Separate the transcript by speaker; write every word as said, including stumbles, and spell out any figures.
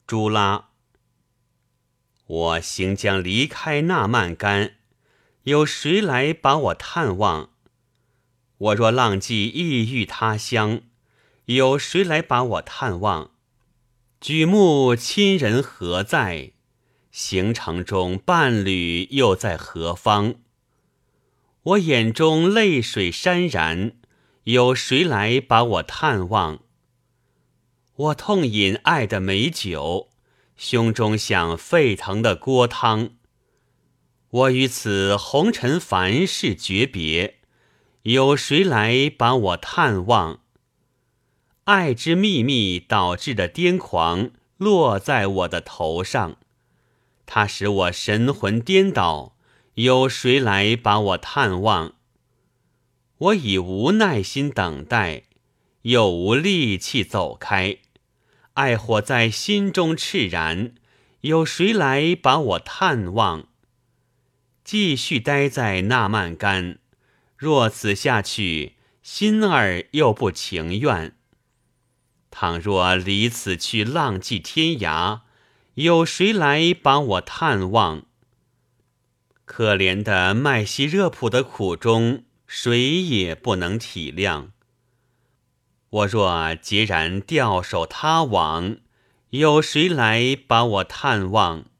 Speaker 1: 朱拉。我行将离开那曼干，有谁来把我探望？我若浪迹异域他乡，有谁来把我探望？举目亲人何在？行程中伴侣又在何方？我眼中泪水潸然，有谁来把我探望？我痛饮爱的美酒，胸中想沸腾的锅汤。我与此红尘凡事诀别，有谁来把我探望？爱之秘密导致的癫狂落在我的头上，它使我神魂颠倒，有谁来把我探望？我已无耐心等待，又无力气走开，爱火在心中炽燃，有谁来把我探望？继续待在那曼干，若此下去，心儿又不情愿。倘若离此去浪迹天涯，有谁来把我探望？可怜的麦西热普的苦衷，谁也不能体谅。我若孑然掉手他往，有谁来把我探望？